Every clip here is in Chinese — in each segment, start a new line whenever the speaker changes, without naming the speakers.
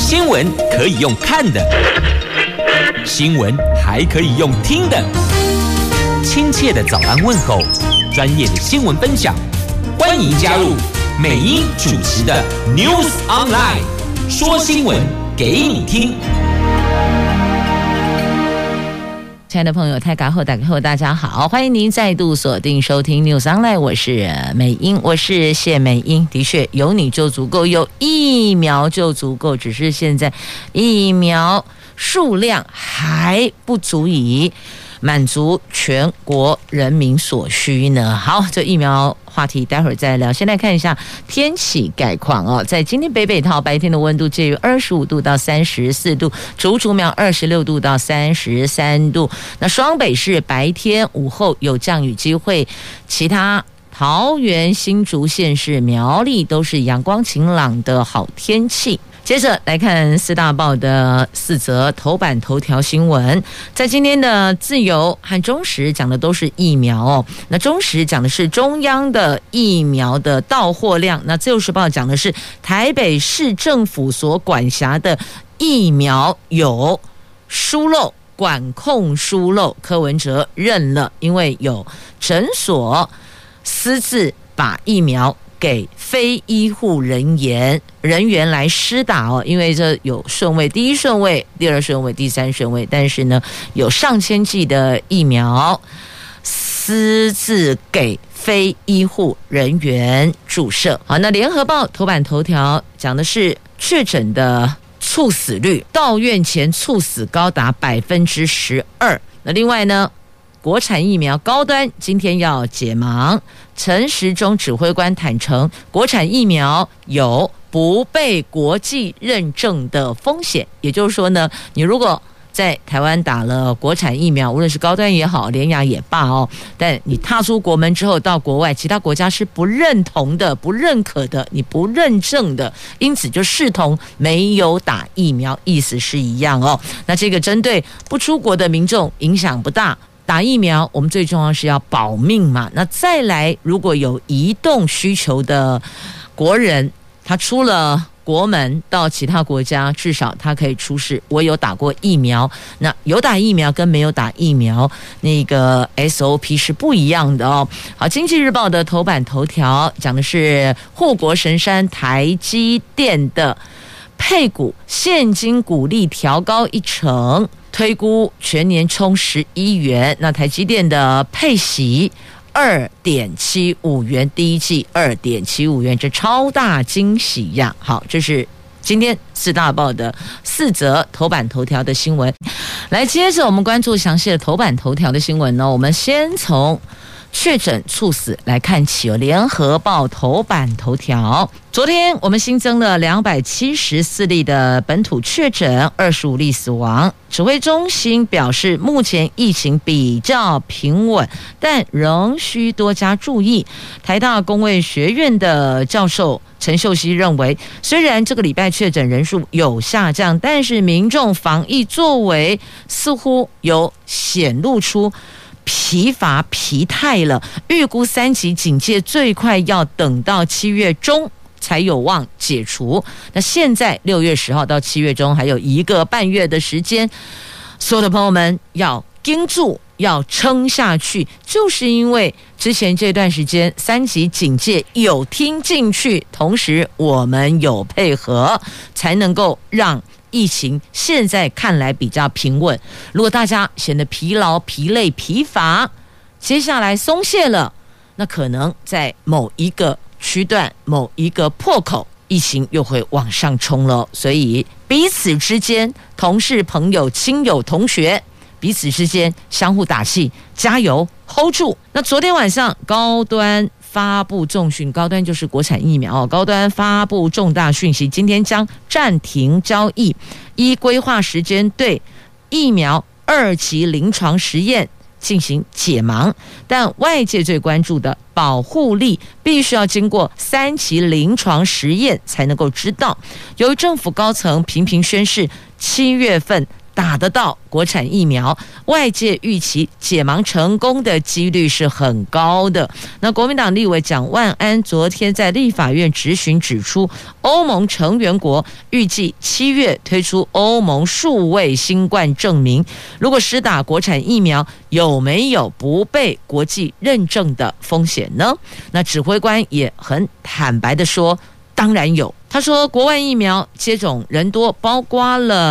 新闻可以用看的，新闻还可以用听的。亲切的早安问候，专业的新闻分享，欢迎加入美英主持的 News Online， 说新闻给你听。
亲爱的朋友，大家好，大家好，欢迎您再度锁定收听 News Online， 我是美英，我是谢美英。的确，有你就足够，有疫苗就足够，只是现在疫苗数量还不足以满足全国人民所需呢。好，这疫苗话题待会儿再聊。先来看一下天气概况哦，在今天北桃白天的温度介于25度到34度，竹苗26度到33度。那双北市白天午后有降雨机会，其他桃园、新竹县市、苗栗都是阳光晴朗的好天气。接着来看四大报的4则头版头条新闻，在今天的自由和中时讲的都是疫苗哦。那中时讲的是中央的疫苗的到货量，那自由时报讲的是台北市政府所管辖的疫苗有疏漏，管控疏漏，柯文哲认了，因为有诊所私自把疫苗给非医护人员来施打哦，因为这有顺位，第一顺位、第二顺位、第三顺位，但是呢，有上千剂的疫苗私自给非医护人员注射。好，那联合报头版头条讲的是确诊的猝死率，到院前猝死高达12%。那另外呢，国产疫苗高端今天要解盲，陈时中指挥官坦承，国产疫苗有不被国际认证的风险。也就是说呢，你如果在台湾打了国产疫苗，无论是高端也好，联亚也罢哦，但你踏出国门之后到国外，其他国家是不认同的、不认可的、你不认证的，因此就视同没有打疫苗，意思是一样哦。那这个针对不出国的民众影响不大。打疫苗，我们最重要是要保命嘛。那再来，如果有移动需求的国人，他出了国门到其他国家，至少他可以出示我有打过疫苗。那有打疫苗跟没有打疫苗，那个 SOP 是不一样的哦。好，经济日报的头版头条讲的是护国神山台积电的配股现金股利调高1成。推估全年冲11元，那台积电的配息2.75元，第一季2.75元，这超大惊喜呀！好，这是今天四大报的4则头版头条的新闻。来，接着我们关注详细的头版头条的新闻呢。我们先从确诊猝死来看起哦。联合报头版头条，昨天我们新增了274例的本土确诊，25例死亡。指挥中心表示，目前疫情比较平稳，但仍需多加注意。台大公卫学院的教授陈秀熙认为，虽然这个礼拜确诊人数有下降，但是民众防疫作为似乎有显露出疲乏疲态了，预估3级警戒最快要等到7月中才有望解除。那现在6月10号到7月中还有1个半月的时间，所有的朋友们要盯住，要撑下去，就是因为之前这段时间3级警戒有听进去，同时我们有配合，才能够让疫情现在看来比较平稳。如果大家显得疲劳、疲累、疲乏，接下来松懈了，那可能在某一个区段、某一个破口，疫情又会往上冲了。所以彼此之间，同事、朋友、亲友、同学，彼此之间相互打气，加油 ，hold 住。那昨天晚上高端发布重讯，高端就是国产疫苗，高端发布重大讯息，今天将暂停交易，依规划时间对疫苗2期临床实验进行解盲，但外界最关注的保护力必须要经过3期临床实验才能够知道。由于政府高层频频宣示7月份打得到国产疫苗，外界预期解盲成功的几率是很高的。那国民党立委蒋万安昨天在立法院质询指出，欧盟成员国预计7月推出欧盟数位新冠证明，如果施打国产疫苗，有没有不被国际认证的风险呢？那指挥官也很坦白的说，当然有。他说，国外疫苗接种人多，包括了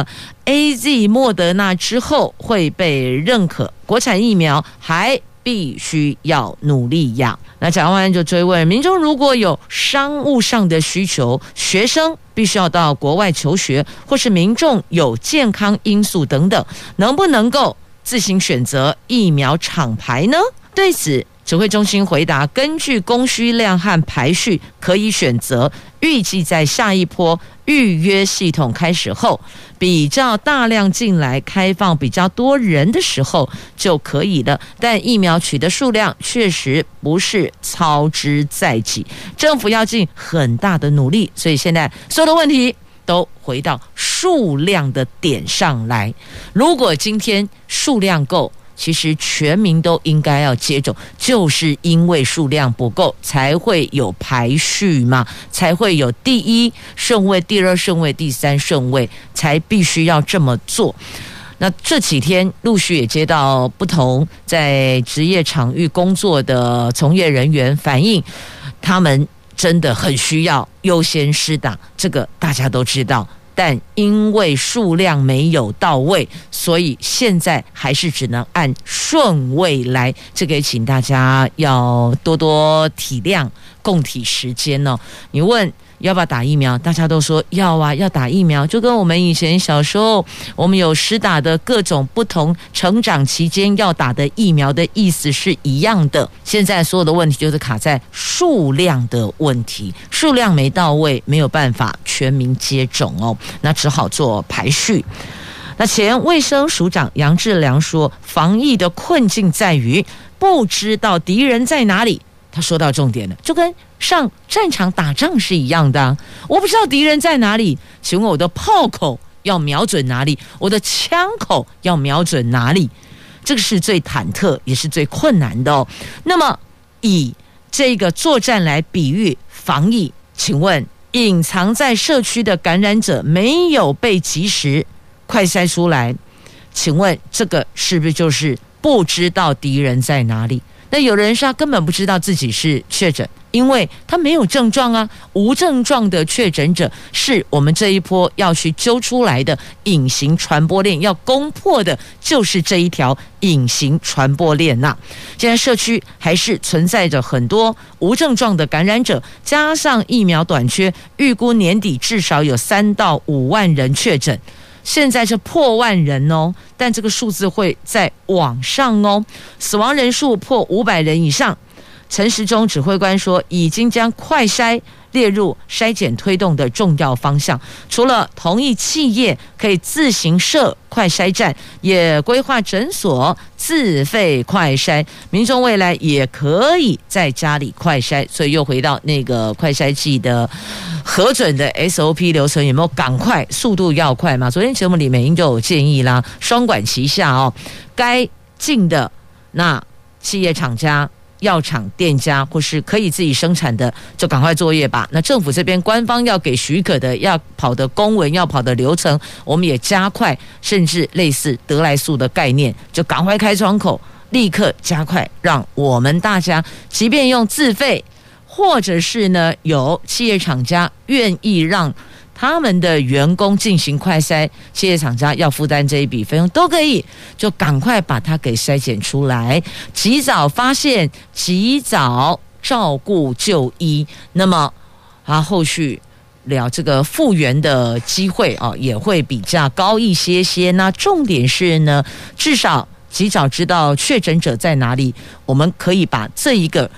AZ 莫德纳之后会被认可，国产疫苗还必须要努力呀。那蒋万安就追问，民众如果有商务上的需求，学生必须要到国外求学，或是民众有健康因素等等，能不能够自行选择疫苗厂牌呢？对此，指挥中心回答，根据供需量和排序可以选择，预计在下一波预约系统开始后，比较大量进来开放比较多人的时候就可以了，但疫苗取得数量确实不是操之在己，政府要尽很大的努力，所以现在所有的问题都回到数量的点上来。如果今天数量够，其实全民都应该要接种，就是因为数量不够才会有排序嘛，才会有第一顺位、第二顺位、第三顺位，才必须要这么做。那这几天陆续也接到不同在职业场域工作的从业人员反映，他们真的很需要优先施打，这个大家都知道，但因为数量没有到位，所以现在还是只能按顺位来，这个也请大家要多多体谅，共体时间哦。你问要不要打疫苗，大家都说要啊，要打疫苗，就跟我们以前小时候我们有施打的各种不同成长期间要打的疫苗的意思是一样的。现在所有的问题就是卡在数量的问题，数量没到位，没有办法全民接种哦，那只好做排序。那前卫生署长杨志良说，防疫的困境在于不知道敌人在哪里。他说到重点了，就跟上战场打仗是一样的啊，我不知道敌人在哪里，请问我的炮口要瞄准哪里，我的枪口要瞄准哪里，这个是最忐忑也是最困难的哦。那么以这个作战来比喻防疫，请问隐藏在社区的感染者没有被及时快筛出来，请问这个是不是就是不知道敌人在哪里？那有人说他根本不知道自己是确诊，因为他没有症状啊，无症状的确诊者是我们这一波要去揪出来的隐形传播链，要攻破的就是这一条隐形传播链呐。现在社区还是存在着很多无症状的感染者，加上疫苗短缺，预估年底至少有3到5万人确诊。现在是破万人哦，但这个数字会再往上哦，死亡人数破500人以上。陈时中指挥官说，已经将快筛列入筛检推动的重要方向，除了同意企业可以自行设快筛站，也规划诊所自费快筛，民众未来也可以在家里快筛。所以又回到那个快筛剂的核准的 SOP 流程，有没有赶快，速度要快嘛？昨天节目里美英就有建议啦，双管齐下哦，该进的那企业厂家、药厂店家或是可以自己生产的，就赶快作业吧。那政府这边官方要给许可的，要跑的公文、要跑的流程，我们也加快，甚至类似得来速的概念，就赶快开窗口，立刻加快，让我们大家即便用自费，或者是呢有企业厂家愿意让他们的员工进行快筛，企业厂家要负担这一笔费用都可以，就赶快把它给筛检出来，及早发现，及早照顾就医。那么后续了这个复原的机会也会比较高一些些。那重点是呢，至少及早知道确诊者在哪里，我们可以把这一个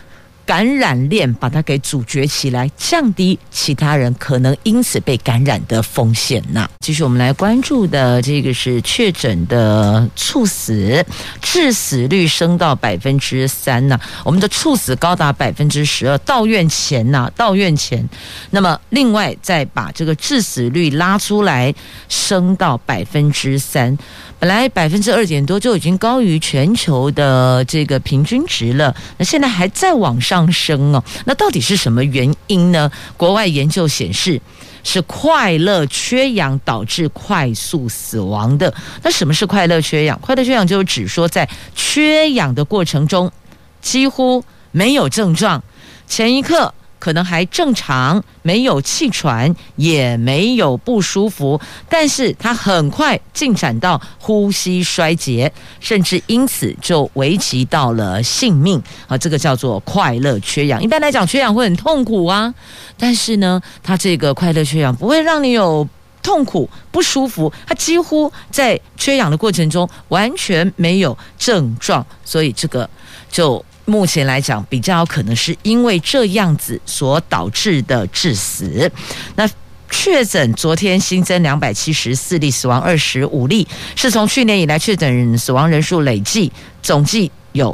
感染链把它给阻绝起来，降低其他人可能因此被感染的风险呐。继续我们来关注的这个是确诊的猝死，致死率升到3%呐，我们的猝死高达12%，到院前呐，到院前。那么另外再把这个致死率拉出来，升到3%，本来2%点多就已经高于全球的这个平均值了，那现在还在往上升哦。那到底是什么原因呢？国外研究显示，是快乐缺氧导致快速死亡的。那什么是快乐缺氧？快乐缺氧就是指说，在缺氧的过程中几乎没有症状，前一刻可能还正常，没有气喘，也没有不舒服，但是它很快进展到呼吸衰竭，甚至因此就危及到了性命啊！这个叫做快乐缺氧。一般来讲，缺氧会很痛苦啊，但是呢，它这个快乐缺氧不会让你有痛苦不舒服，它几乎在缺氧的过程中完全没有症状，所以这个就目前来讲比较可能是因为这样子所导致的致死。那确诊昨天新增274例，死亡25例，是从去年以来确诊死亡人数累计总计有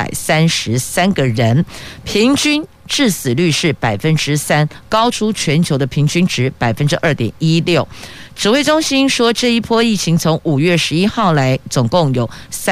333个人，平均致死率是3%，高出全球的平均值2.16%。指挥中心说，这一波疫情从5月11号来，总共有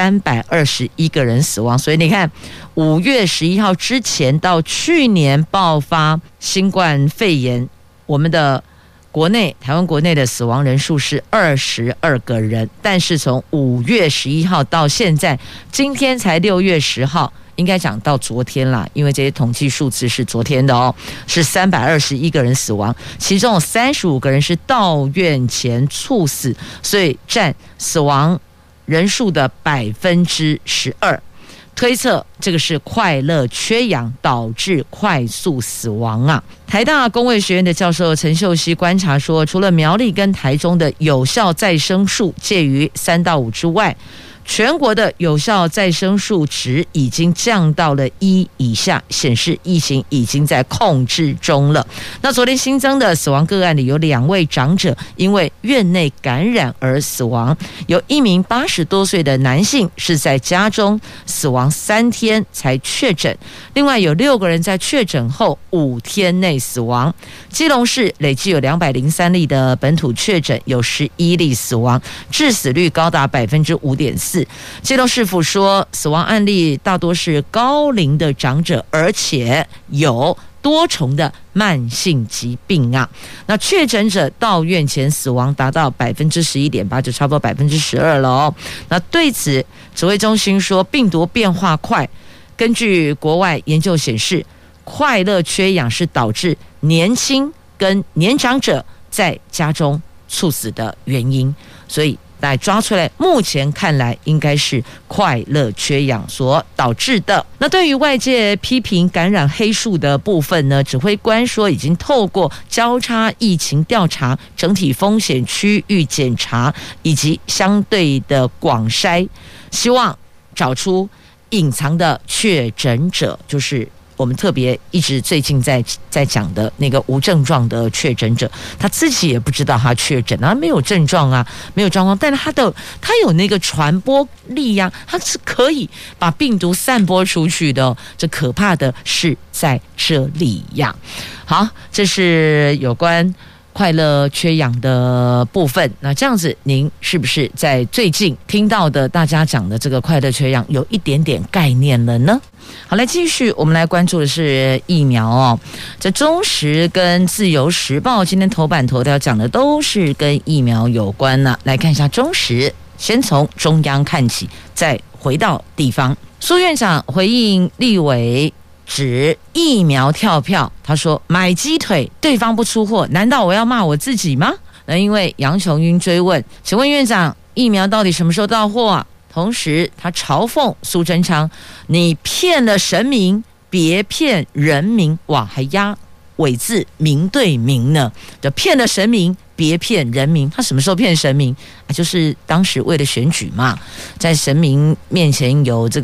321个人死亡。所以你看，5月11号之前到去年爆发新冠肺炎，我们的台湾国内的死亡人数是22个人，但是从5月11号到现在，今天才6月10号。应该讲到昨天啦，因为这些统计数字是昨天的哦，是321个人死亡，其中有35个人是到院前猝死，所以占死亡人数的12%。推测这个是快乐缺氧导致快速死亡啊。台大公卫学院的教授陈秀熙观察说，除了苗栗跟台中的有效再生数介于3到5之外，全国的有效再生数值已经降到了1以下，显示疫情已经在控制中了。那昨天新增的死亡个案里，有2位长者因为院内感染而死亡，有1名80多岁的男性是在家中死亡3天才确诊，另外有6个人在确诊后5天内死亡。基隆市累计有203例的本土确诊，有11例死亡，致死率高达5.4%。基隆市府说，死亡案例大多是高龄的长者，而且有多重的慢性疾病啊。那确诊者到院前死亡达到11.8%，就差不多12%了哦。那对此，指挥中心说，病毒变化快，根据国外研究显示，快乐缺氧是导致年轻跟年长者在家中猝死的原因，所以来抓出来，目前看来应该是快乐缺氧所导致的。那对于外界批评感染黑数的部分呢，指挥官说已经透过交叉疫情调查、整体风险区域检查以及相对的广筛，希望找出隐藏的确诊者，就是我们特别一直最近在讲的那个无症状的确诊者，他自己也不知道他确诊啊，没有症状啊，没有状况，但是他有那个传播力呀，他是可以把病毒散播出去的哦。这可怕的是在这里呀。好，这是有关快乐缺氧的部分。那这样子，您是不是在最近听到的大家讲的这个快乐缺氧有一点点概念了呢？好，来继续，我们来关注的是疫苗哦。这中时跟自由时报今天头版头条讲的都是跟疫苗有关呢。来看一下中时，先从中央看起，再回到地方。苏院长回应立委指疫苗跳票，他说买鸡腿对方不出货，难道我要骂我自己吗？那因为杨琼英追问，请问院长，疫苗到底什么时候到货啊？同时他嘲讽苏贞昌，你骗了神明，别骗人民。哇，还押尾字，名对名呢，就骗了神明，别骗人民。他什么时候骗神明啊？就是当时为了选举嘛，在神明面前有这个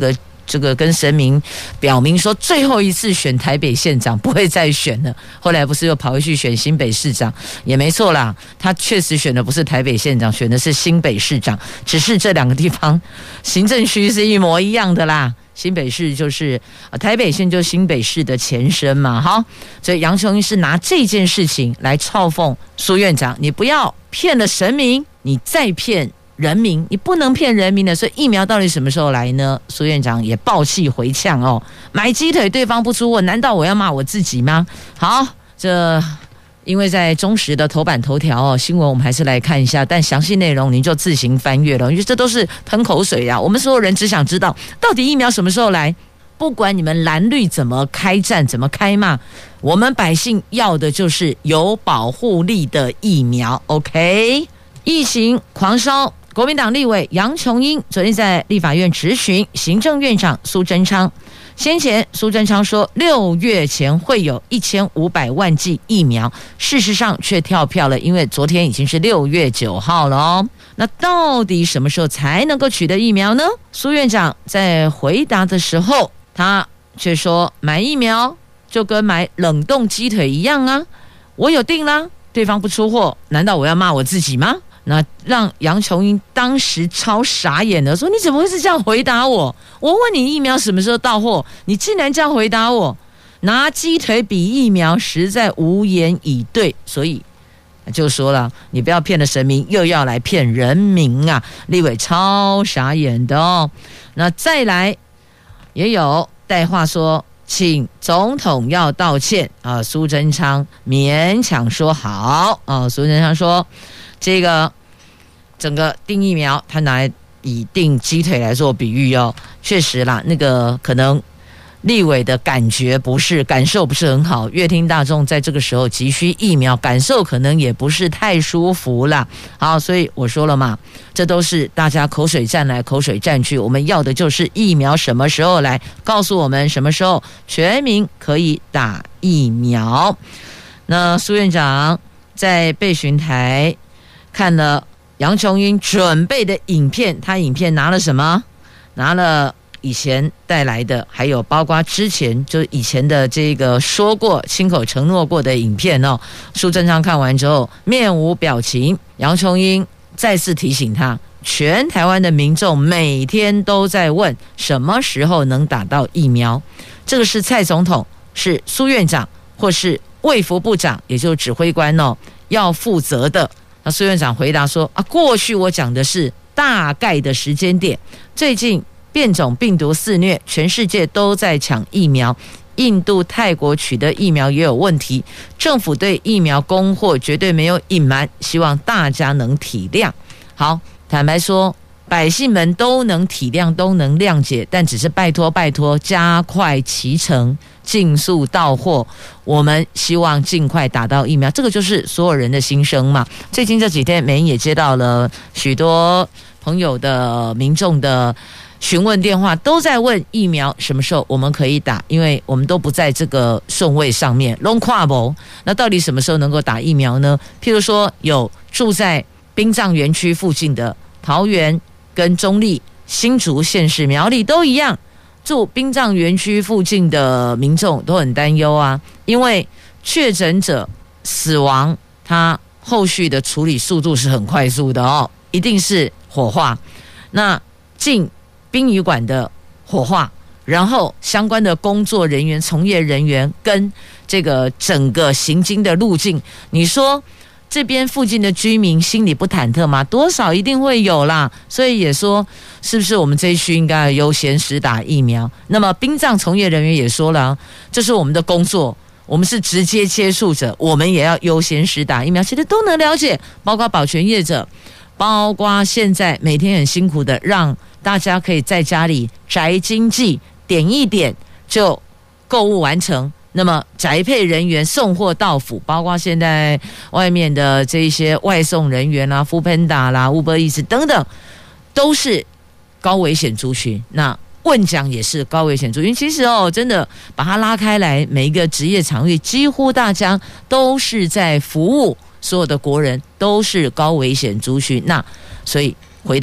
这个跟神明表明说最后一次选台北县长不会再选了，后来不是又跑回去选新北市长，也没错啦，他确实选的不是台北县长，选的是新北市长，只是这两个地方行政区是一模一样的啦。新北市就是台北县就是新北市的前身嘛，哈，所以杨琼英是拿这件事情来嘲讽苏院长，你不要骗了神明，你再骗人民，你不能骗人民的。所以疫苗到底什么时候来呢？苏院长也爆气回呛哦，买鸡腿对方不出货，难道我要骂我自己吗？好，这因为在中时的头版头条哦，新闻我们还是来看一下，但详细内容您就自行翻阅了，因为这都是喷口水啊。我们所有人只想知道，到底疫苗什么时候来？不管你们蓝绿怎么开战，怎么开骂，我们百姓要的就是有保护力的疫苗。OK， 疫情狂烧，国民党立委杨琼英昨天在立法院质询行政院长苏贞昌。先前苏贞昌说6月前会有1500万剂疫苗，事实上却跳票了，因为昨天已经是6月9号了哦。那到底什么时候才能够取得疫苗呢？苏院长在回答的时候，他却说买疫苗就跟买冷冻鸡腿一样啊，我有订啦，对方不出货，难道我要骂我自己吗？那让杨琼英当时超傻眼的说，你怎么会是这样回答我？我问你疫苗什么时候到货，你竟然这样回答我，拿鸡腿比疫苗，实在无言以对。所以就说了，你不要骗了神明，又要来骗人民啊！立委超傻眼的哦。那再来也有带话说，请总统要道歉啊。苏贞昌勉强说好啊。苏贞昌说，这个整个订疫苗，他拿来以订鸡腿来做比喻哦，确实啦，那个可能立委的感受不是很好，乐听大众在这个时候急需疫苗，感受可能也不是太舒服啦。好，所以我说了嘛，这都是大家口水战来口水战去，我们要的就是疫苗什么时候来，告诉我们什么时候全民可以打疫苗。那苏院长在备询台看了杨琼英准备的影片，他影片拿了什么？拿了以前带来的，还有包括之前就是以前的这个说过亲口承诺过的影片哦。苏贞昌看完之后面无表情，杨琼英再次提醒他，全台湾的民众每天都在问什么时候能打到疫苗，这个是蔡总统、是苏院长或是卫福部长，也就是指挥官哦，要负责的。那苏院长回答说啊，过去我讲的是大概的时间点，最近变种病毒肆虐，全世界都在抢疫苗，印度、泰国取得疫苗也有问题，政府对疫苗供货绝对没有隐瞒，希望大家能体谅。好，坦白说，百姓们都能体谅，都能谅解，但只是拜托加快期程，尽速到货，我们希望尽快打到疫苗，这个就是所有人的心声嘛。最近这几天美英也接到了许多朋友的民众的询问电话，都在问疫苗什么时候我们可以打，因为我们都不在这个顺位上面，拢看不，那到底什么时候能够打疫苗呢？譬如说有住在殡葬园区附近的桃园跟中壢、新竹县市、苗栗都一样，住殡葬园区附近的民众都很担忧啊，因为确诊者死亡，他后续的处理速度是很快速的哦，一定是火化，那进殡仪馆的火化，然后相关的工作人员、从业人员跟这个整个行经的路径，你说这边附近的居民心里不忐忑吗？多少一定会有啦，所以也说是不是我们这一区应该优先施打疫苗？那么殡葬从业人员也说了，这是我们的工作，我们是直接接触者，我们也要优先施打疫苗，其实都能了解，包括保全业者，包括现在每天很辛苦的让大家可以在家里宅经济，点一点就购物完成。那么宅配人员送货到府，包括现在外面的这些外送人员啦、Foodpanda 啦、Uber Eats 等等，都是高危险族群。那问讲也是高危险族群。其实真的把它拉开来，每一个职业场域，几乎大家都是在服务所有的国人，都是高危险族群。那所以回到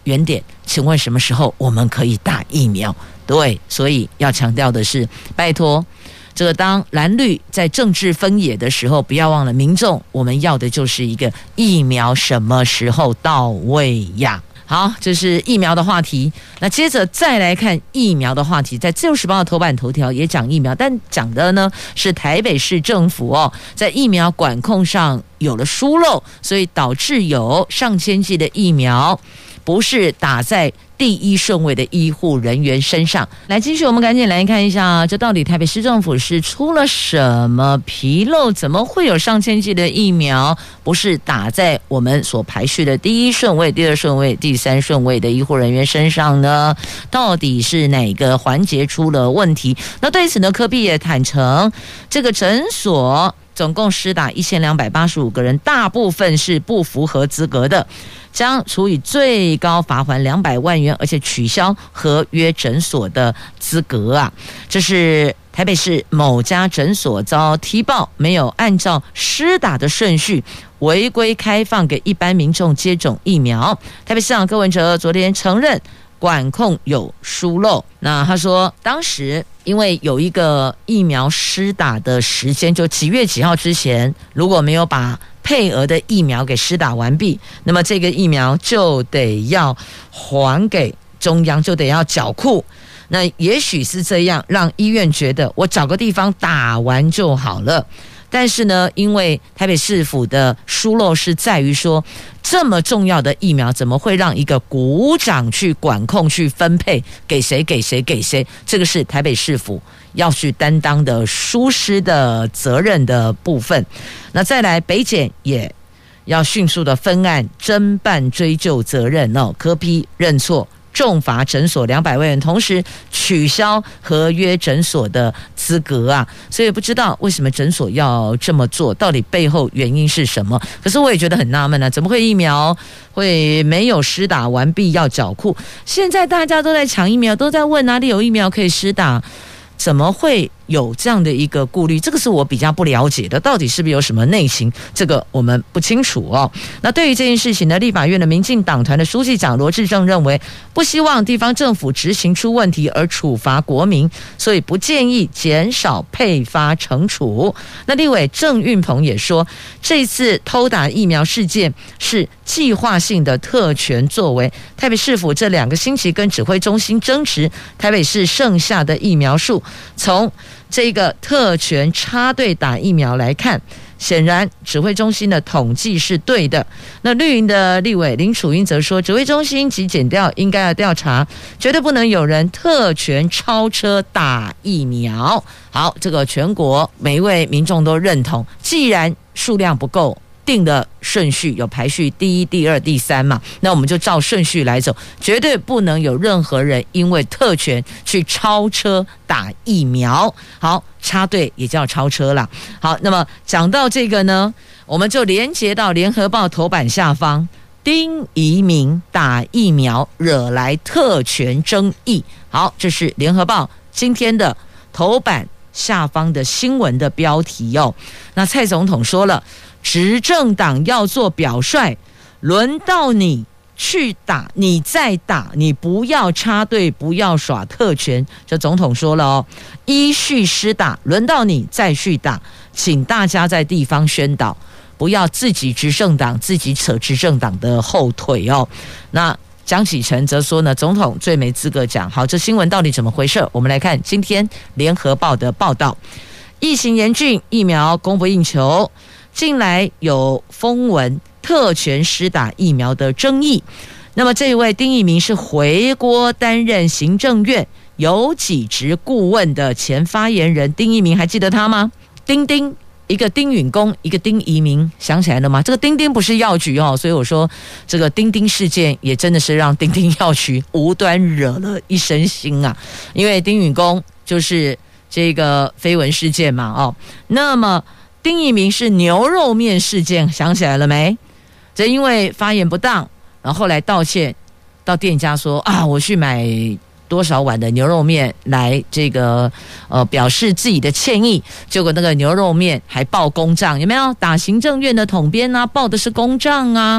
原点，请问什么时候我们可以打疫苗？对，所以要强调的是，拜托，这个当蓝绿在政治分野的时候，不要忘了民众，我们要的就是一个疫苗什么时候到位呀？好，这是疫苗的话题。那接着再来看疫苗的话题，在自由时报的头版头条也讲疫苗，但讲的呢是台北市政府在疫苗管控上有了疏漏，所以导致有上千剂的疫苗不是打在第一顺位的医护人员身上。来，继续我们赶紧来看一下，这到底台北市政府是出了什么纰漏？怎么会有上千剂的疫苗不是打在我们所排序的第一顺位、第二顺位、第三顺位的医护人员身上呢？到底是哪个环节出了问题？那对此呢，柯 P 也坦诚，这个诊所总共施打1285个人，大部分是不符合资格的，将处以最高罚款200万元，而且取消合约诊所的资格啊！这是台北市某家诊所遭踢爆，没有按照施打的顺序违规开放给一般民众接种疫苗。台北市长柯文哲昨天承认管控有疏漏，那他说当时因为有一个疫苗施打的时间，就几月几号之前，如果没有把配额的疫苗给施打完毕，那么这个疫苗就得要还给中央，就得要缴库。那也许是这样，让医院觉得我找个地方打完就好了。但是呢，因为台北市府的疏漏是在于说，这么重要的疫苗怎么会让一个股长去管控、去分配给谁？这个是台北市府要去担当的疏失的责任的部分。那再来，北检也要迅速的分案侦办追究责任柯 P 认错，重罚诊所200万元，同时取消合约诊所的资格啊！所以不知道为什么诊所要这么做，到底背后原因是什么？可是我也觉得很纳闷啊，怎么会疫苗会没有施打完毕要缴库？现在大家都在抢疫苗，都在问哪里有疫苗可以施打，怎么会有这样的一个顾虑？这个是我比较不了解的，到底是不是有什么内情？这个我们不清楚那对于这件事情呢，立法院的民进党团的书记长罗致政认为，不希望地方政府执行出问题而处罚国民，所以不建议减少配发惩处。那立委郑运鹏也说，这次偷打疫苗事件是计划性的特权作为，台北市府这2个星期跟指挥中心争执台北市剩下的疫苗数，从这个特权插队打疫苗来看，显然指挥中心的统计是对的。那绿营的立委林楚英则说，指挥中心及检调应该要调查，绝对不能有人特权超车打疫苗。好，这个全国每一位民众都认同，既然数量不够，定的顺序有排序第一、第二、第三嘛，那我们就照顺序来走，绝对不能有任何人因为特权去超车打疫苗。好，插队也叫超车啦。好，那么讲到这个呢，我们就连接到联合报头版下方，丁怡铭打疫苗惹来特权争议。好，这是联合报今天的头版下方的新闻的标题那蔡总统说了，执政党要做表率，轮到你去打，你再打，你不要插队，不要耍特权。这总统说了依序施打，轮到你再去打，请大家在地方宣导，不要自己执政党自己扯执政党的后腿那江启臣则说呢，总统最没资格讲。好，这新闻到底怎么回事？我们来看今天联合报的报道，疫情严峻，疫苗供不应求，近来有风闻特权施打疫苗的争议。那么这一位丁怡铭是回国担任行政院有几职顾问的前发言人，丁怡铭还记得他吗？丁丁，一个丁允恭，一个丁怡铭，想起来了吗？这个丁丁不是药局所以我说这个丁丁事件也真的是让丁丁药局无端惹了一身腥啊。因为丁允恭就是这个绯闻事件嘛那么丁怡铭是牛肉面事件，想起来了没？这因为发言不当，然后后来道歉，到店家说我去买多少碗的牛肉面来这个表示自己的歉意，结果那个牛肉面还报公账，有没有？打行政院的统编报的是公账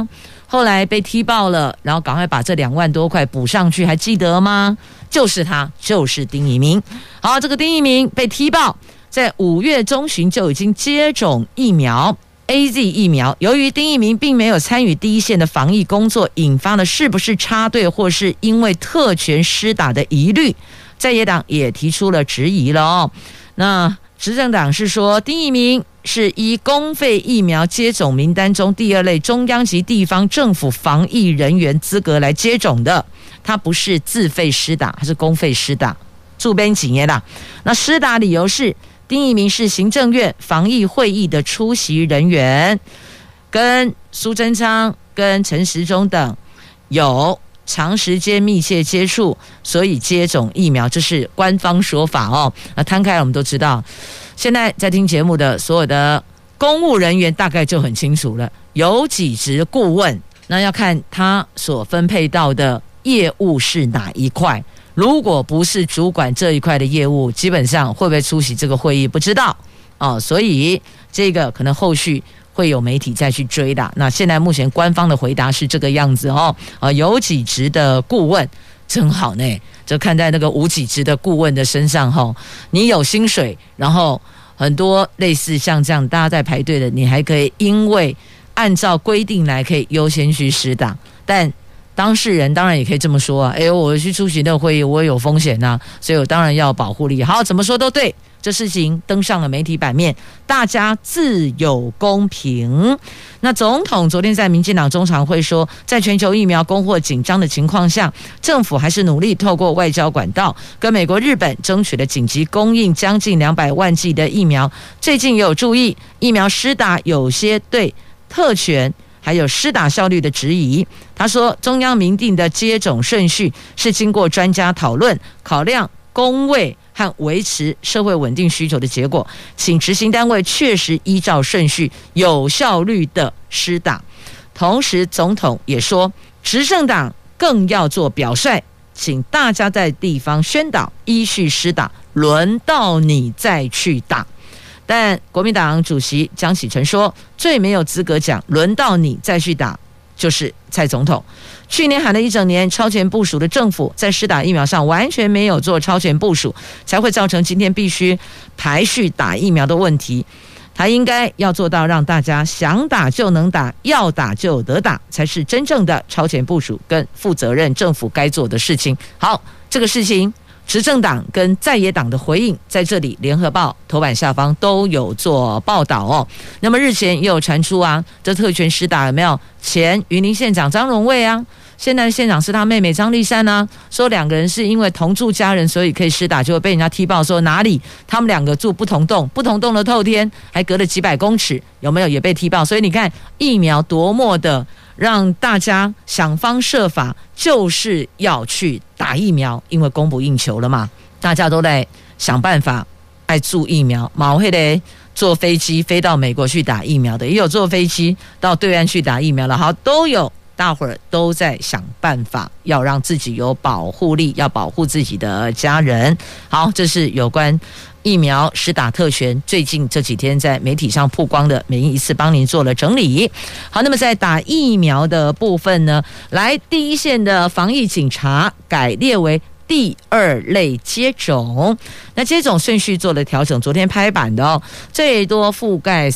后来被踢爆了，然后赶快把这2万多块补上去，还记得吗？就是他，就是丁怡铭。好，这个丁怡铭被踢爆，在5月中旬就已经接种疫苗 AZ 疫苗，由于丁怡铭并没有参与第一线的防疫工作，引发了是不是插队或是因为特权施打的疑虑，在野党也提出了质疑了哦。那执政党是说，丁怡铭是依公费疫苗接种名单中第2类中央及地方政府防疫人员资格来接种的，他不是自费施打，他是公费施打。驻边几年啦？那施打理由是丁怡铭是行政院防疫会议的出席人员，跟苏贞昌、跟陈时中等有长时间密切接触，所以接种疫苗，这是官方说法哦。那摊开了我们都知道，现在在听节目的所有的公务人员大概就很清楚了，有几职顾问，那要看他所分配到的业务是哪一块。如果不是主管这一块的业务，基本上会不会出席这个会议不知道哦。所以这个可能后续会有媒体再去追的。那现在目前官方的回答是这个样子哦。有几职的顾问真好呢，就看在那个无几职的顾问的身上哦，你有薪水，然后很多类似像这样大家在排队的，你还可以因为按照规定来可以优先去施打，但当事人当然也可以这么说啊，我去出席那个会议，我也有风险啊，所以我当然要保护力。好，怎么说都对，这事情登上了媒体版面，大家自有公平。那总统昨天在民进党中常会说，在全球疫苗供货紧张的情况下，政府还是努力透过外交管道跟美国、日本争取了紧急供应将近200万剂的疫苗。最近也有注意，疫苗施打有些对特权还有施打效率的质疑。他说，中央明定的接种顺序是经过专家讨论，考量公卫和维持社会稳定需求的结果，请执行单位确实依照顺序有效率的施打。同时总统也说，执政党更要做表率，请大家在地方宣导依序施打，轮到你再去打。但国民党主席江启臣说，最没有资格讲轮到你再去打就是蔡总统。去年喊了一整年超前部署的政府，在施打疫苗上完全没有做超前部署，才会造成今天必须排序打疫苗的问题。他应该要做到让大家想打就能打，要打就得打，才是真正的超前部署跟负责任政府该做的事情。好，这个事情执政党跟在野党的回应，在这里联合报头版下方都有做报道哦。那么日前也有传出啊，这特权施打有没有前云林县长张荣卫啊，现在的县长是他妹妹张丽珊啊，说2个人是因为同住家人所以可以施打，就会被人家踢爆说哪里他们2个住不同栋的透天，还隔了几百公尺，有没有也被踢爆？所以你看疫苗多么的让大家想方设法就是要去打疫苗，因为供不应求了嘛，大家都在想办法爱注疫苗。毛黑的坐飞机飞到美国去打疫苗的，也有坐飞机到对岸去打疫苗了，好，都有，大伙儿都在想办法要让自己有保护力，要保护自己的家人。好，这是有关疫苗施打特权最近这几天在媒体上曝光的，美英一次帮您做了整理。好，那么在打疫苗的部分呢，来第一线的防疫警察改列为第2类接种，那接种顺序做了调整，昨天拍板的哦，最多覆盖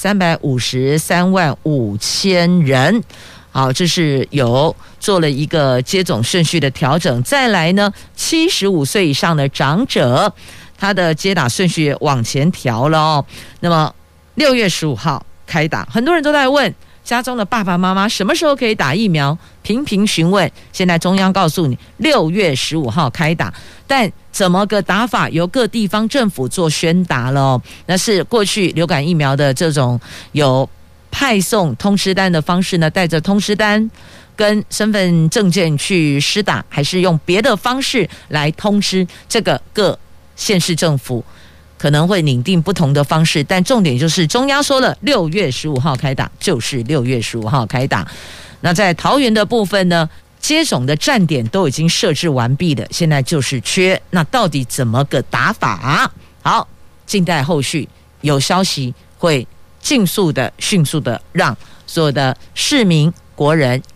353万5千人。好，这是有做了一个接种顺序的调整。再来呢，75岁以上的长者，他的接打顺序往前调了哦。那么6月15号开打，很多人都在问家中的爸爸妈妈什么时候可以打疫苗，频频询问。现在中央告诉你6月15号开打，但怎么个打法由各地方政府做宣达了哦。那是过去流感疫苗的这种有派送通知单的方式呢，带着通知单跟身份证件去施打，还是用别的方式来通知？这个各县市政府可能会拟定不同的方式，但重点就是中央说了6月15号开打，就是6月15号开打。那在桃园的部分呢，接种的站点都已经设置完毕了，现在就是缺，那到底怎么个打法？好，静待后续有消息会迅速的让所有的市民国人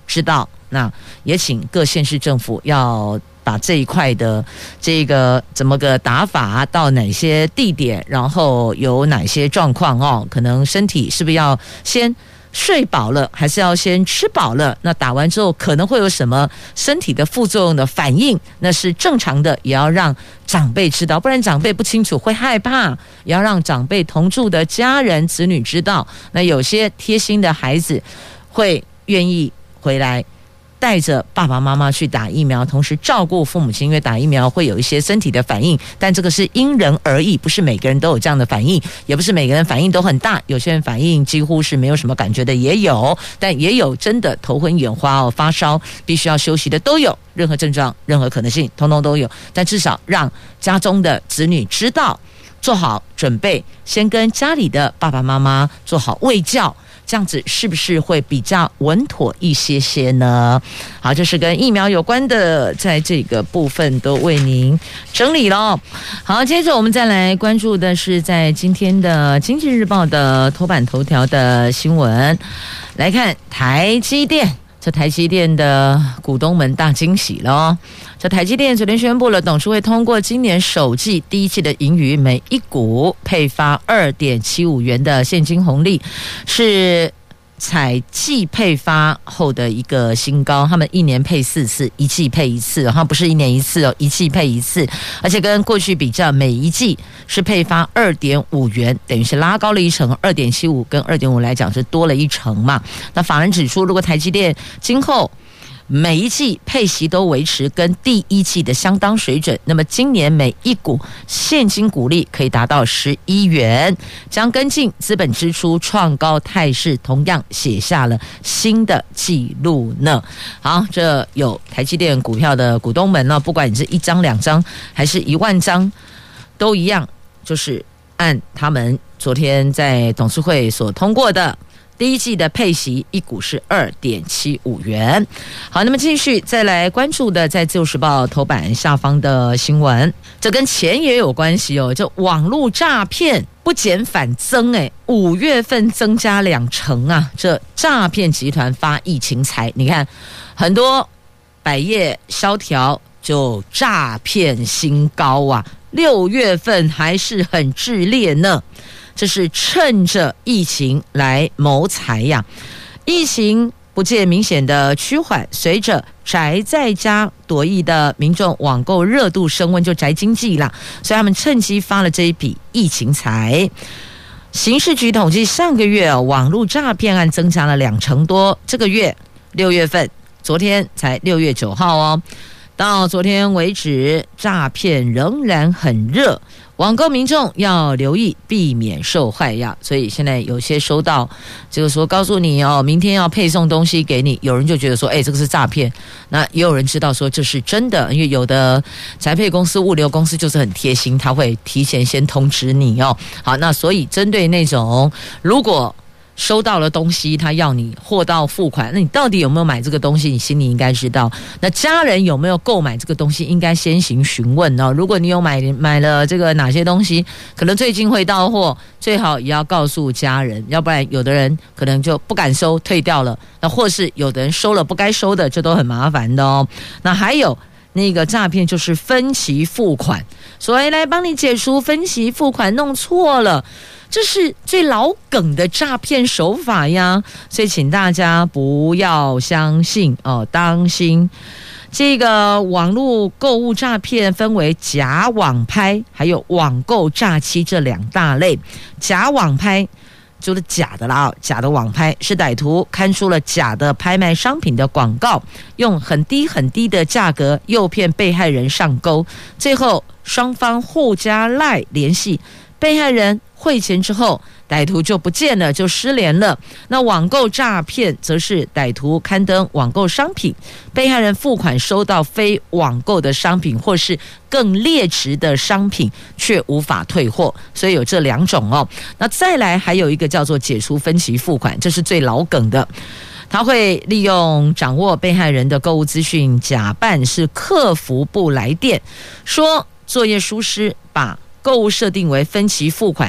知道。那也请各县市政府要把这一块的这个怎么个打法，到哪些地点，然后有哪些状况哦，可能身体是不是要先睡饱了，还是要先吃饱了？那打完之后可能会有什么身体的副作用的反应，那是正常的，也要让长辈知道，不然长辈不清楚会害怕，也要让长辈同住的家人子女知道。那有些贴心的孩子会愿意回来带着爸爸妈妈去打疫苗，同时照顾父母亲，因为打疫苗会有一些身体的反应，但这个是因人而异，不是每个人都有这样的反应，也不是每个人反应都很大，有些人反应几乎是没有什么感觉的也有，但也有真的头昏眼花发烧必须要休息的都有，任何症状任何可能性通通都有，但至少让家中的子女知道，做好准备，先跟家里的爸爸妈妈做好卫教，这样子是不是会比较稳妥一些些呢？好，这是跟疫苗有关的，在这个部分都为您整理了。好，接着我们再来关注的是在今天的《经济日报》的头版头条的新闻，来看台积电。这台积电的股东们大惊喜了哦！这台积电昨天宣布了，董事会通过今年首季第一季的盈余，每一股配发2.75元的现金红利，是采季配发后的一个新高。他们一年配4次，一季配1次，不是一年1次哦，一季配1次，而且跟过去比较，每一季是配发2.5元，等于是拉高了1成，2.75跟2.5来讲是多了1成嘛。那法人指出，如果台积电今后每一季配息都维持跟第一季的相当水准，那么今年每一股现金股利可以达到11元，将跟进资本支出创高态势，同样写下了新的纪录呢。好，这有台积电股票的股东们呢，不管你是1张2张还是1万张都一样，就是按他们昨天在董事会所通过的第一季的配息，一股是2.75元。好，那么继续再来关注的，在《自由时报》头版下方的新闻，这跟钱也有关系哦。这网络诈骗不减反增，5月份增加2成啊！这诈骗集团发疫情财，你看很多百业萧条，就诈骗新高啊！6月份还是很炽烈呢。这是趁着疫情来谋财呀！疫情不见明显的趋缓，随着宅在家躲疫的民众网购热度升温，就宅经济啦，所以他们趁机发了这一笔疫情财。刑事局统计，上个月网络诈骗案增加了2成多，这个月6月份，昨天才6月9号哦，到昨天为止，诈骗仍然很热。网购民众要留意，避免受害呀。所以现在有些收到这个说告诉你哦，明天要配送东西给你，有人就觉得说，这个是诈骗。那也有人知道说这是真的，因为有的宅配公司、物流公司就是很贴心，他会提前先通知你哦。好，那所以针对那种如果收到了东西，他要你货到付款，那你到底有没有买这个东西，你心里应该知道。那家人有没有购买这个东西，应该先行询问哦。如果你有买了这个哪些东西，可能最近会到货，最好也要告诉家人，要不然有的人可能就不敢收，退掉了。那或是有的人收了不该收的，这都很麻烦的哦。那还有那个诈骗就是分期付款，所以来帮你解除分期付款弄错了，这是最老梗的诈骗手法呀，所以请大家不要相信哦，当心。这个网络购物诈骗分为假网拍还有网购诈欺这2大类。假网拍就是假的啦，假的网拍是歹徒刊出了假的拍卖商品的广告，用很低很低的价格诱骗被害人上钩，最后双方互加 LINE 联系，被害人汇钱之后，歹徒就不见了，就失联了。那网购诈骗则是歹徒刊登网购商品，被害人付款收到非网购的商品或是更劣质的商品，却无法退货，所以有这2种哦。那再来还有一个叫做解除分期付款，这是最老梗的。他会利用掌握被害人的购物资讯，假扮是客服部来电，说作业疏失，把购物设定为分期付款，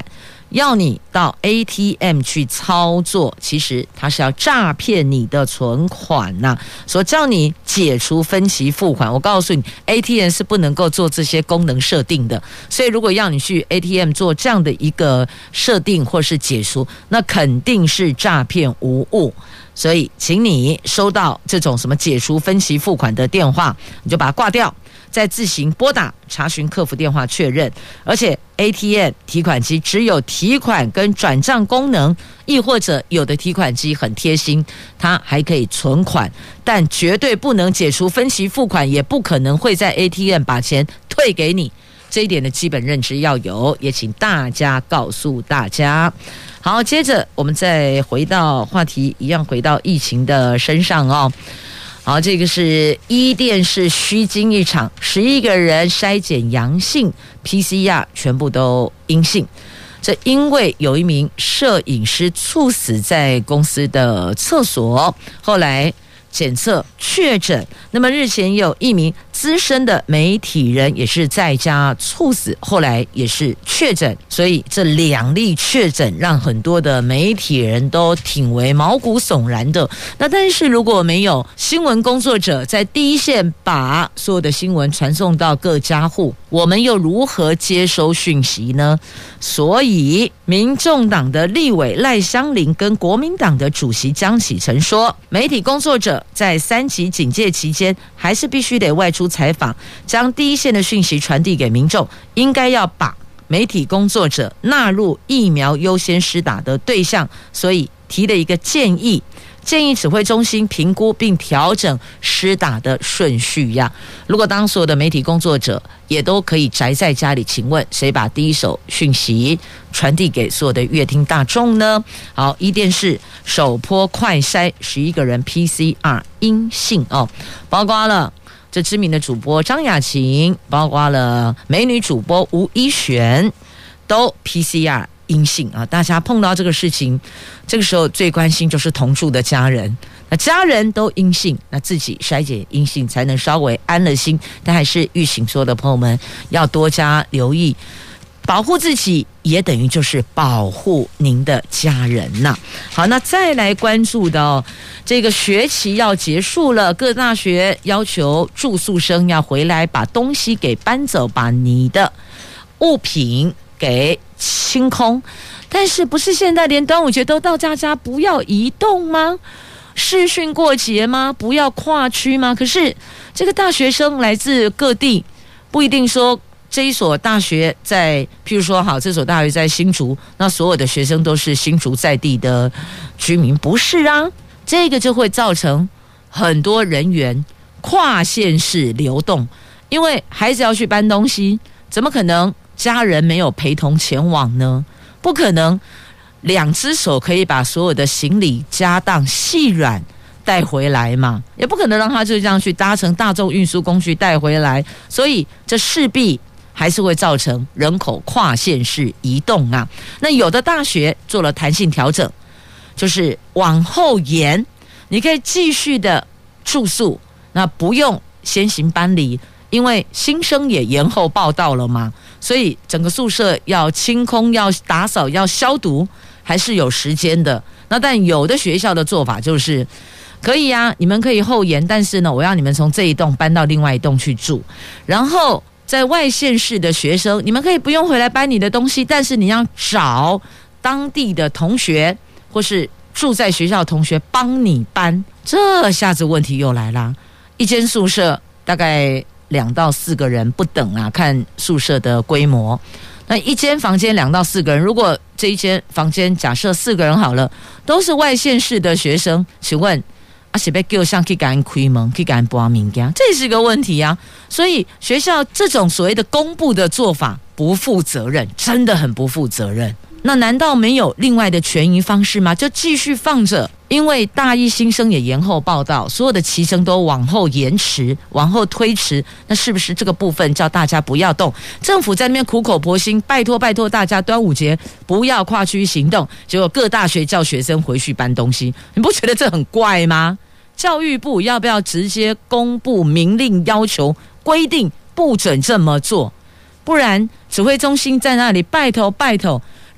要你到 ATM 去操作，其实它是要诈骗你的存款呐，说叫你解除分期付款。我告诉你 ，ATM 是不能够做这些功能设定的，所以如果要你去 ATM 做这样的一个设定或是解除，那肯定是诈骗无误。所以，请你收到这种什么解除分期付款的电话，你就把它挂掉。再自行拨打查询客服电话确认，而且 ATM 提款机只有提款跟转账功能，亦或者有的提款机很贴心，它还可以存款，但绝对不能解除分期付款，也不可能会在 ATM 把钱退给你，这一点的基本认知要有，也请大家告诉大家。好，接着我们再回到话题，一样回到疫情的身上哦。好，这个是伊甸市虚惊一场，11个人筛检阳性 ，PCR 全部都阴性。这因为有一名摄影师猝死在公司的厕所，后来检测确诊。那么日前有一名资深的媒体人也是在家猝死，后来也是确诊。所以这2例确诊让很多的媒体人都挺为毛骨悚然的。那但是如果没有新闻工作者在第一线把所有的新闻传送到各家户，我们又如何接收讯息呢？所以民众党的立委赖香伶跟国民党的主席江启臣说，媒体工作者在3级警戒期间还是必须得外出采访，将第一线的讯息传递给民众，应该要把媒体工作者纳入疫苗优先施打的对象，所以提了一个建议指挥中心评估并调整施打的顺序呀。如果当所有的媒体工作者也都可以宅在家里，请问谁把第一手讯息传递给所有的乐听大众呢？好，伊甸市首波快筛11个人 PCR 阴性哦，包括了这知名的主播张雅琴，包括了美女主播吴依璇，都 PCR阴性啊！大家碰到这个事情，这个时候最关心就是同住的家人。那家人都阴性，那自己筛检阴性才能稍微安了心。但还是预请所有的朋友们要多加留意，保护自己也等于就是保护您的家人呐。好，那再来关注到这个学期要结束了，各大学要求住宿生要回来把东西给搬走，把你的物品给清空。但是不是现在连端午节都到家家不要移动吗？视讯过节吗？不要跨区吗？可是这个大学生来自各地，不一定说这一所大学在，譬如说好，这所大学在新竹，那所有的学生都是新竹在地的居民，不是啊？这个就会造成很多人员跨县市流动，因为孩子要去搬东西，怎么可能家人没有陪同前往呢？不可能2只手可以把所有的行李家当细软带回来嘛，也不可能让他就这样去搭乘大众运输工具带回来，所以这势必还是会造成人口跨县市移动啊。那有的大学做了弹性调整，就是往后延，你可以继续的住宿，那不用先行搬离，因为新生也延后报到了嘛，所以整个宿舍要清空、要打扫、要消毒，还是有时间的。那但有的学校的做法就是可以啊，你们可以后延，但是呢，我要你们从这一栋搬到另外一栋去住。然后在外县市的学生，你们可以不用回来搬你的东西，但是你要找当地的同学或是住在学校的同学帮你搬。这下子问题又来啦，一间宿舍大概2到4个人不等啊，看宿舍的规模。那一间房间2到4个人，如果这一间房间假设4个人好了，都是外县市的学生，请问是不是叫上去给人开门，去给人搬物件，这是个问题啊。所以学校这种所谓的公布的做法不负责任，真的很不负责任。那难道没有另外的权宜方式吗？就继续放着，因为大一新生也延后报到，所有的期生都往后延迟、往后推迟，那是不是这个部分叫大家不要动？政府在那边苦口婆心，拜托大家，端午节不要跨区行动，结果各大学叫学生回去搬东西，你不觉得这很怪吗？教育部要不要直接公布明令，要求规定不准这么做？不然指挥中心在那里拜托，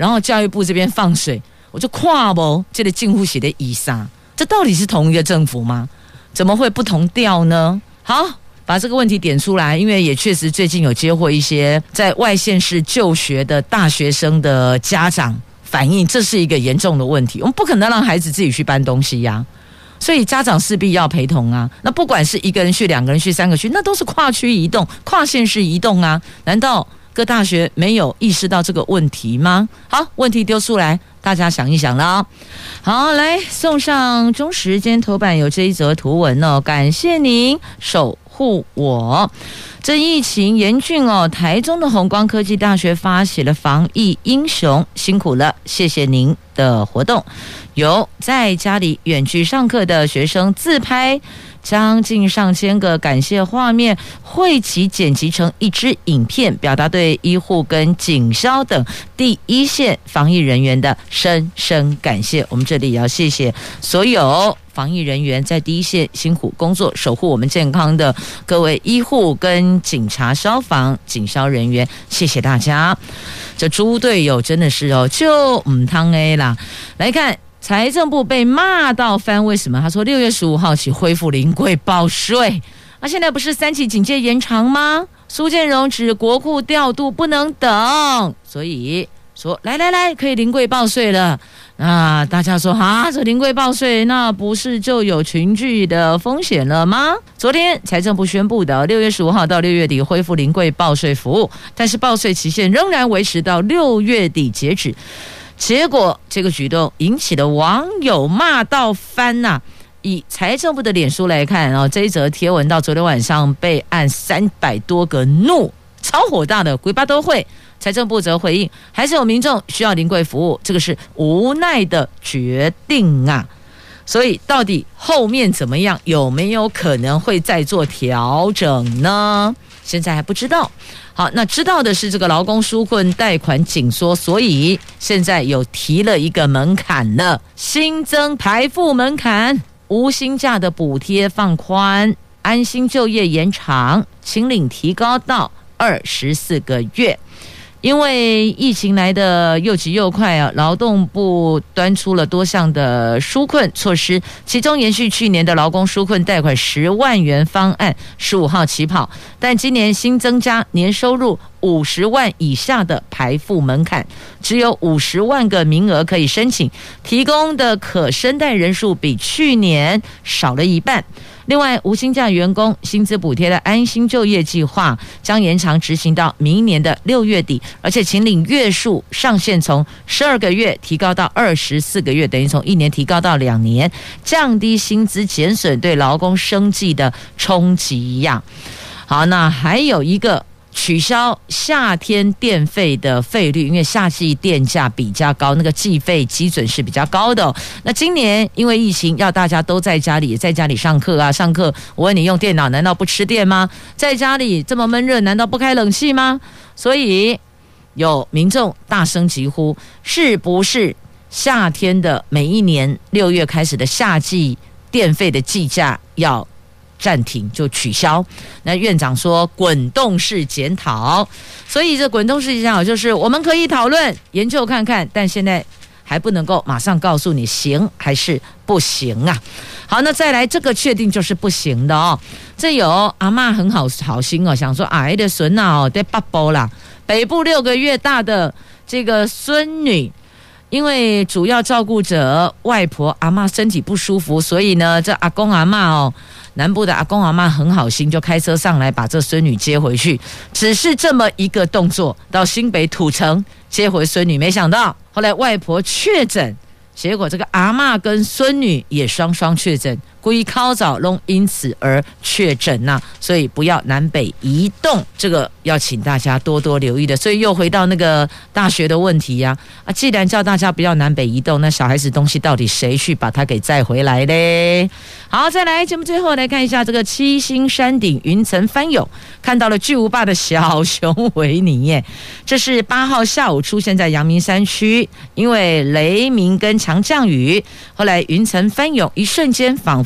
然后教育部这边放水，我就看不这个近乎写的以上，这到底是同一个政府吗？怎么会不同调呢？好，把这个问题点出来，因为也确实最近有接获一些在外县市就学的大学生的家长反映，这是一个严重的问题。我们不可能让孩子自己去搬东西呀，所以家长势必要陪同啊。那不管是一个人去、2个人去、3个去，那都是跨区移动、跨县市移动啊。难道各大学没有意识到这个问题吗？好，问题丢出来，大家想一想了。好，来送上中时间头版有这一则图文哦，感谢您守护我。这疫情严峻哦，台中的弘光科技大学发起了防疫英雄，辛苦了，谢谢您的活动。有在家里远距上课的学生自拍将近上千个感谢画面汇集剪辑成一支影片，表达对医护跟警消等第一线防疫人员的深深感谢。我们这里也要谢谢所有防疫人员在第一线辛苦工作，守护我们健康的各位医护跟警察、消防、警消人员，谢谢大家。这猪队友真的是哦，就唔汤 A 啦。来看财政部被骂到翻，为什么？他说6月15号起恢复临柜报税，现在不是3级警戒延长吗？苏建荣指国库调度不能等，所以说来可以临柜报税了。那大家说这临柜报税，那不是就有群聚的风险了吗？昨天财政部宣布的6月15号到6月底恢复临柜报税服务，但是报税期限仍然维持到6月底截止。结果这个举动引起了网友骂到翻呐！以财政部的脸书来看这一则贴文到昨天晚上被按300多个怒，超火大的，鬼巴都会。财政部则回应，还是有民众需要临柜服务，这个是无奈的决定啊。所以到底后面怎么样，有没有可能会再做调整呢？现在还不知道。好，那知道的是这个劳工纾困贷款紧缩，所以现在有提了一个门槛了，新增排富门槛，无薪假的补贴放宽，安心就业延长，请领提高到24个月。因为疫情来的又急又快劳动部端出了多项的纾困措施，其中延续去年的劳工纾困贷款10万元方案15号起跑，但今年新增加年收入50万以下的排富门槛，只有50万个名额可以申请，提供的可申贷人数比去年少了一半。另外，无薪假员工薪资补贴的安心就业计划将延长执行到明年的6月底，而且请领月数上限从12个月提高到24个月，等于从1年提高到2年，降低薪资减损对劳工生计的冲击呀。好，那还有一个取消夏天电费的费率，因为夏季电价比较高，那个计费基准是比较高的那今年因为疫情，要大家都在家里上课上课我问你，用电脑难道不吃电吗？在家里这么闷热，难道不开冷气吗？所以有民众大声疾呼，是不是夏天的每一年6月开始的夏季电费的计价要暂停，就取消。那院长说滚动式检讨，所以这滚动式检讨就是我们可以讨论研究看看，但现在还不能够马上告诉你行还是不行啊。好，那再来这个确定就是不行的这有阿嬷很好心想说癌的孙在北部啦，北部6个月大的这个孙女，因为主要照顾者外婆阿嬷身体不舒服，所以呢这阿公阿嬷南部的阿公阿嬷很好心，就开车上来把这孙女接回去，只是这么一个动作，到新北土城接回孙女，没想到后来外婆确诊，结果这个阿嬷跟孙女也双双确诊，规口早拢因此而确诊所以不要南北移动，这个要请大家多多留意的。所以又回到那个大学的问题既然叫大家不要南北移动，那小孩子东西到底谁去把它给载回来嘞？好，再来节目最后来看一下这个七星山顶云层翻涌，看到了巨无霸的小熊维尼耶，这是8号下午出现在阳明山区，因为雷鸣跟强降雨，后来云层翻涌，一瞬间仿佛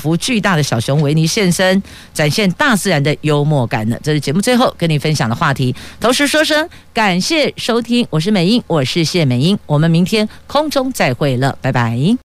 幅巨大的小熊维尼现身，展现大自然的幽默感呢。这是节目最后跟你分享的话题，同时说声感谢收听，我是美英，我是谢美英，我们明天空中再会了，拜拜。